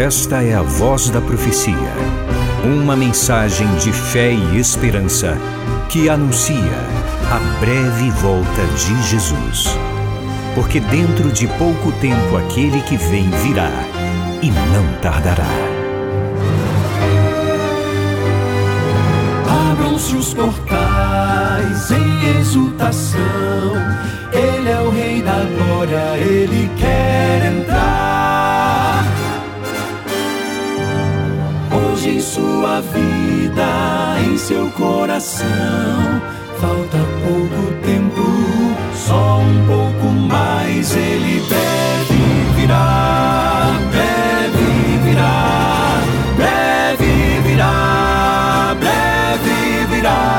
Esta é a Voz da Profecia, uma mensagem de fé e esperança que anuncia a breve volta de Jesus. Porque dentro de pouco tempo aquele que vem virá e não tardará. Abram-se os portais em exultação, Ele é o Rei da Glória, Ele quer entrar. Hoje em sua vida, em seu coração, falta pouco tempo, só um pouco mais, Ele deve virar, breve virá, breve virá, breve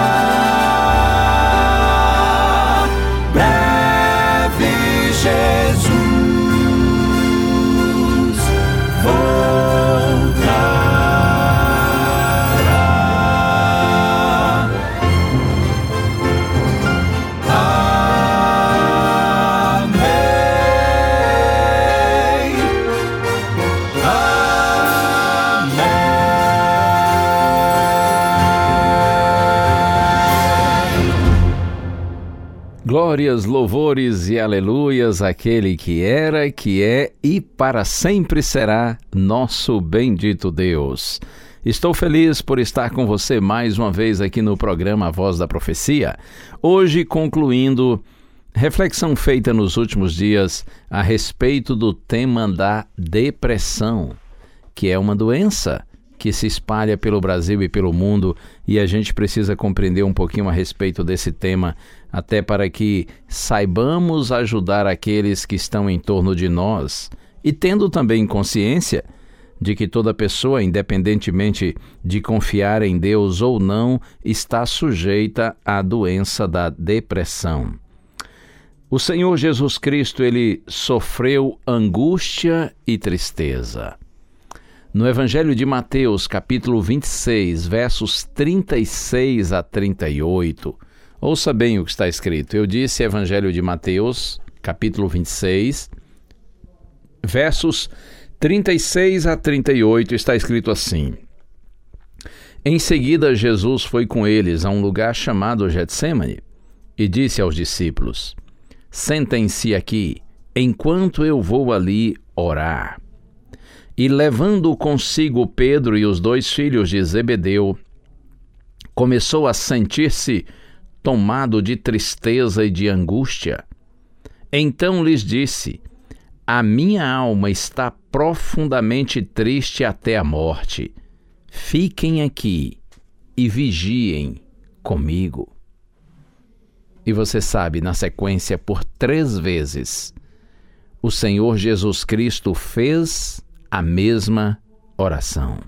virá, breve Jesus voltará. Glórias, louvores e aleluias àquele que era, que é e para sempre será nosso bendito Deus. Estou feliz por estar com você mais uma vez aqui no programa A Voz da Profecia. Hoje concluindo reflexão feita nos últimos dias a respeito do tema da depressão, que é uma doença que se espalha pelo Brasil e pelo mundo, e a gente precisa compreender um pouquinho a respeito desse tema, até para que saibamos ajudar aqueles que estão em torno de nós, e tendo também consciência de que toda pessoa, independentemente de confiar em Deus ou não, está sujeita à doença da depressão. O Senhor Jesus Cristo, Ele sofreu angústia e tristeza. No Evangelho de Mateus, capítulo 26, versos 36 a 38, ouça bem o que está escrito. Eu disse Evangelho de Mateus, capítulo 26, versos 36 a 38, está escrito assim: Em seguida, Jesus foi com eles a um lugar chamado Getsêmani e disse aos discípulos: Sentem-se aqui, enquanto eu vou ali orar. E levando consigo Pedro e os 2 filhos de Zebedeu, começou a sentir-se tomado de tristeza e de angústia. Então lhes disse: A minha alma está profundamente triste até a morte. Fiquem aqui e vigiem comigo. E você sabe, na sequência, por 3 vezes, o Senhor Jesus Cristo fez a mesma oração.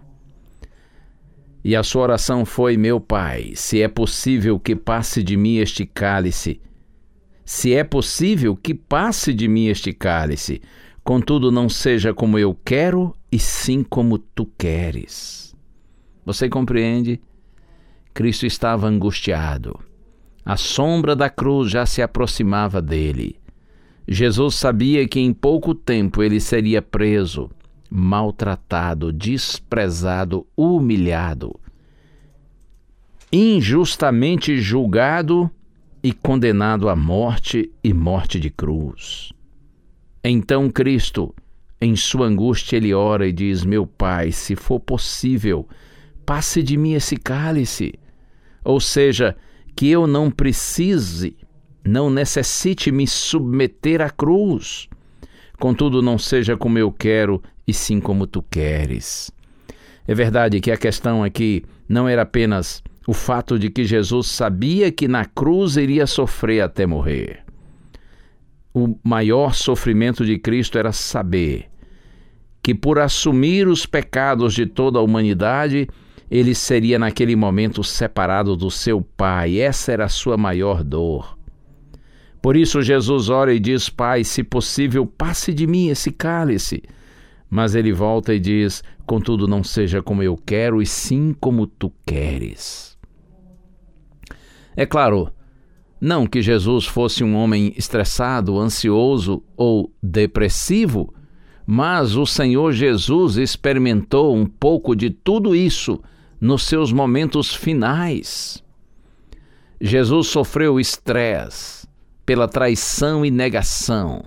E a sua oração foi: Meu Pai, se é possível que passe de mim este cálice, se é possível que passe de mim este cálice, contudo não seja como eu quero, e sim como tu queres. Você compreende? Cristo estava angustiado. A sombra da cruz já se aproximava dele. Jesus sabia que em pouco tempo ele seria preso, maltratado, desprezado, humilhado, injustamente julgado e condenado à morte e morte de cruz. Então Cristo, em sua angústia, ele ora e diz: Meu Pai, se for possível, passe de mim esse cálice. Ou seja, que eu não precise, não necessite me submeter à cruz. Contudo, não seja como eu quero, e sim como tu queres. É verdade que a questão aqui não era apenas o fato de que Jesus sabia que na cruz iria sofrer até morrer. O maior sofrimento de Cristo era saber que, por assumir os pecados de toda a humanidade, ele seria naquele momento separado do seu Pai. Essa era a sua maior dor. Por isso Jesus ora e diz: Pai, se possível, passe de mim esse cálice. Mas ele volta e diz: Contudo, não seja como eu quero, e sim como tu queres. É claro, não que Jesus fosse um homem estressado, ansioso ou depressivo, Mas o Senhor Jesus experimentou um pouco de tudo isso nos seus momentos finais. Jesus sofreu estresse pela traição e negação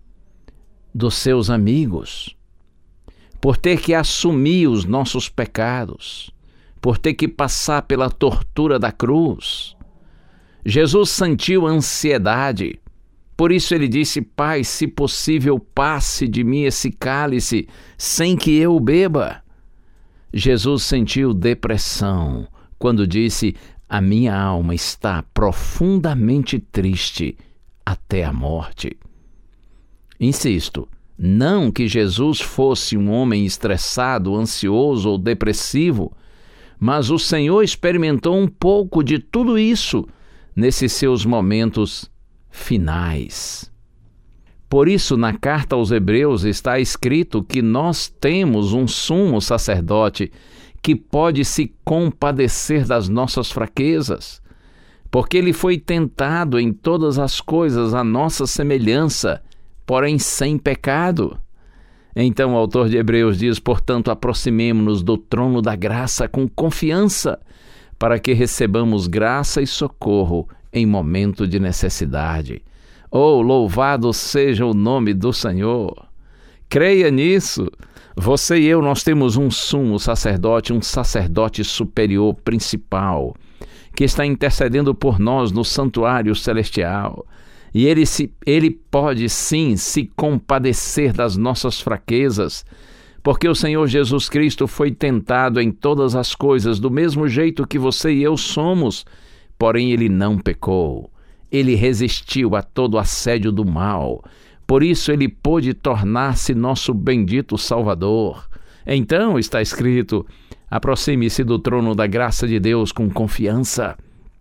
dos seus amigos, por ter que assumir os nossos pecados, por ter que passar pela tortura da cruz. Jesus sentiu ansiedade, por isso ele disse: Pai, se possível, passe de mim esse cálice sem que eu o beba. Jesus sentiu depressão quando disse: a minha alma está profundamente triste até a morte. Insisto, não que Jesus fosse um homem estressado, ansioso ou depressivo, mas o Senhor experimentou um pouco de tudo isso nesses seus momentos finais. Por isso, na carta aos Hebreus está escrito que nós temos um sumo sacerdote que pode se compadecer das nossas fraquezas, porque ele foi tentado em todas as coisas à nossa semelhança, porém sem pecado. Então o autor de Hebreus diz: portanto, aproximemo-nos do trono da graça com confiança, para que recebamos graça e socorro em momento de necessidade. Oh, louvado seja o nome do Senhor! Creia nisso. Você e eu, nós temos um sumo sacerdote, um sacerdote superior principal, que está intercedendo por nós no santuário celestial. E ele pode sim se compadecer das nossas fraquezas, porque o Senhor Jesus Cristo foi tentado em todas as coisas do mesmo jeito que você e eu somos, porém ele não pecou. Ele resistiu a todo assédio do mal. Por isso ele pôde tornar-se nosso bendito Salvador. Então está escrito: aproxime-se do trono da graça de Deus com confiança,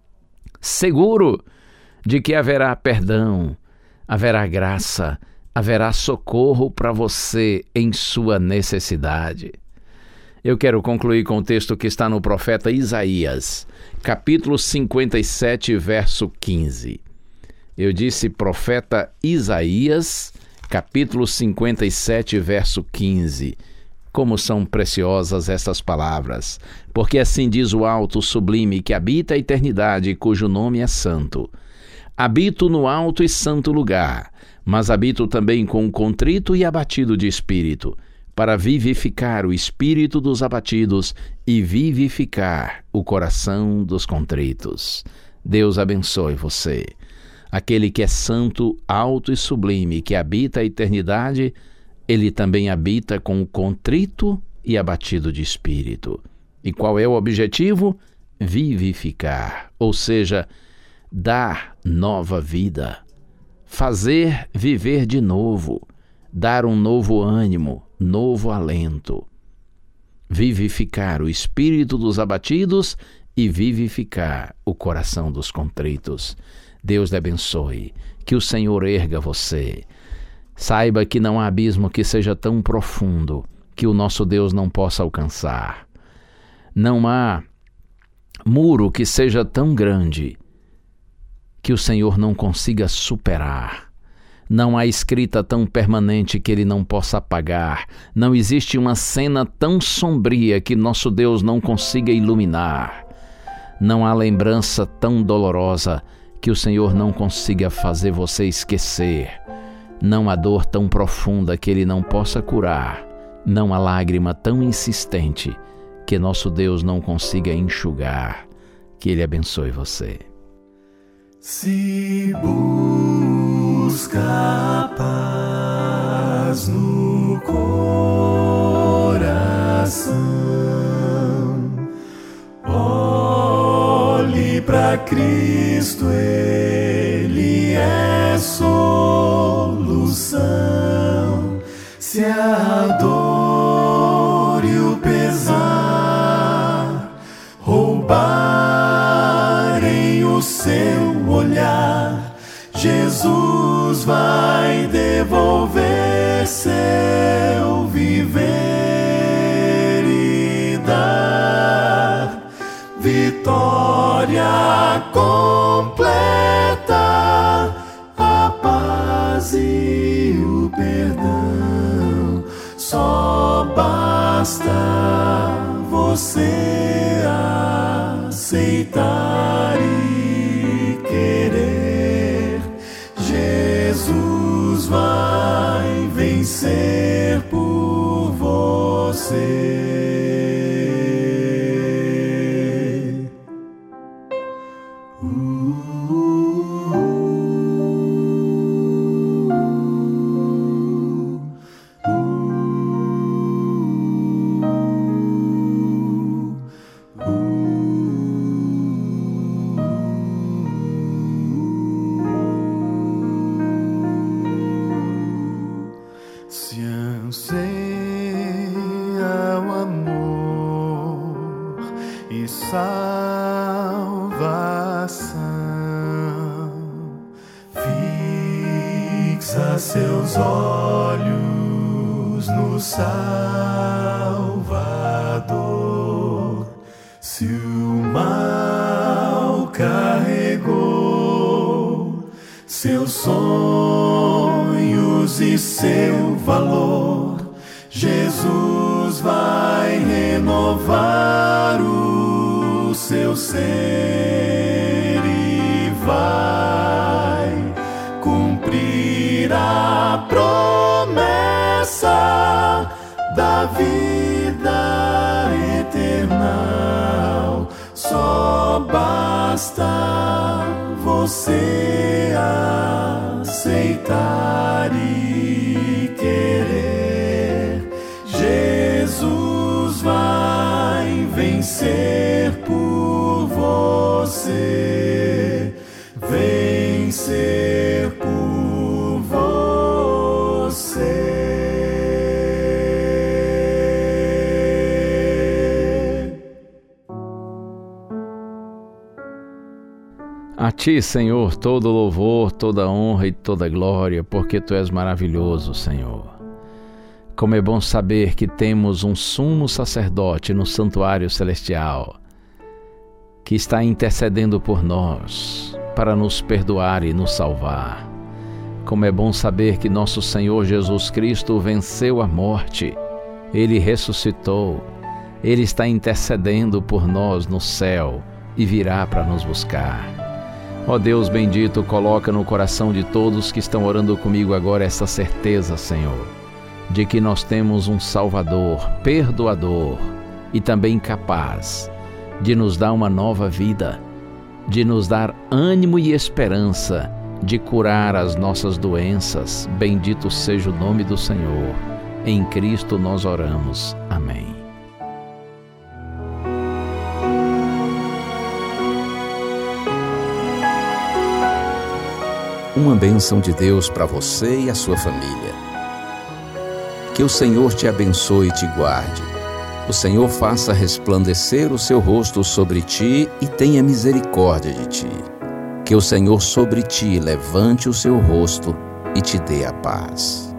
seguro de que haverá perdão, haverá graça, haverá socorro para você em sua necessidade. Eu quero concluir com o texto que está no profeta Isaías, capítulo 57, verso 15. Eu disse profeta Isaías, capítulo 57, verso 15. Como são preciosas essas palavras! Porque assim diz o alto sublime que habita a eternidade, cujo nome é santo. Habito no alto e santo lugar, mas habito também com o contrito e abatido de espírito, para vivificar o espírito dos abatidos e vivificar o coração dos contritos. Deus abençoe você. Aquele que é santo, alto e sublime, que habita a eternidade, ele também habita com o contrito e abatido de espírito. E qual é o objetivo? Vivificar, ou seja, dar nova vida, fazer viver de novo, dar um novo ânimo, novo alento. Vivificar o espírito dos abatidos e vivificar o coração dos contritos. Deus lhe abençoe, que o Senhor erga você. Saiba que não há abismo que seja tão profundo que o nosso Deus não possa alcançar. Não há muro que seja tão grande que o Senhor não consiga superar. Não há escrita tão permanente que Ele não possa apagar. Não existe uma cena tão sombria que nosso Deus não consiga iluminar. Não há lembrança tão dolorosa que o Senhor não consiga fazer você esquecer. Não há dor tão profunda que Ele não possa curar. Não há lágrima tão insistente que nosso Deus não consiga enxugar. Que Ele abençoe você. Se busca a paz no coração, olhe para Cristo, Ele é solução. Se a dor e o pesar roubarem o seu olhar, Jesus vai devolver seu viver e dar vitória completa, a paz e o perdão. basta você aceitar e querer. Jesus vai vencer por você. Se anseia o amor e salvação, fixa seus olhos no Salvador. Se o mal carregou seus sonhos e seu valor, Jesus vai renovar o seu ser e vai cumprir a promessa da vida eterna. Só basta você aceitar e querer. Jesus vai vencer por você, vencer por você. A Ti, Senhor, todo louvor, toda honra e toda glória, porque Tu és maravilhoso, Senhor. Como é bom saber que temos um sumo sacerdote no santuário celestial, que está intercedendo por nós, para nos perdoar e nos salvar. Como é bom saber que nosso Senhor Jesus Cristo venceu a morte, Ele ressuscitou, Ele está intercedendo por nós no céu e virá para nos buscar. Ó Deus bendito, coloca no coração de todos que estão orando comigo agora essa certeza, Senhor, de que nós temos um Salvador, perdoador e também capaz de nos dar uma nova vida, de nos dar ânimo e esperança, de curar as nossas doenças. Bendito seja o nome do Senhor. Em Cristo nós oramos. Amém. Uma bênção de Deus para você e a sua família. Que o Senhor te abençoe e te guarde. O Senhor faça resplandecer o seu rosto sobre ti e tenha misericórdia de ti. Que o Senhor sobre ti levante o seu rosto e te dê a paz.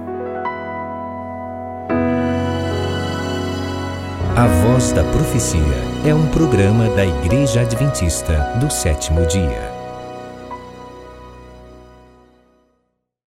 A Voz da Profecia é um programa da Igreja Adventista do Sétimo Dia.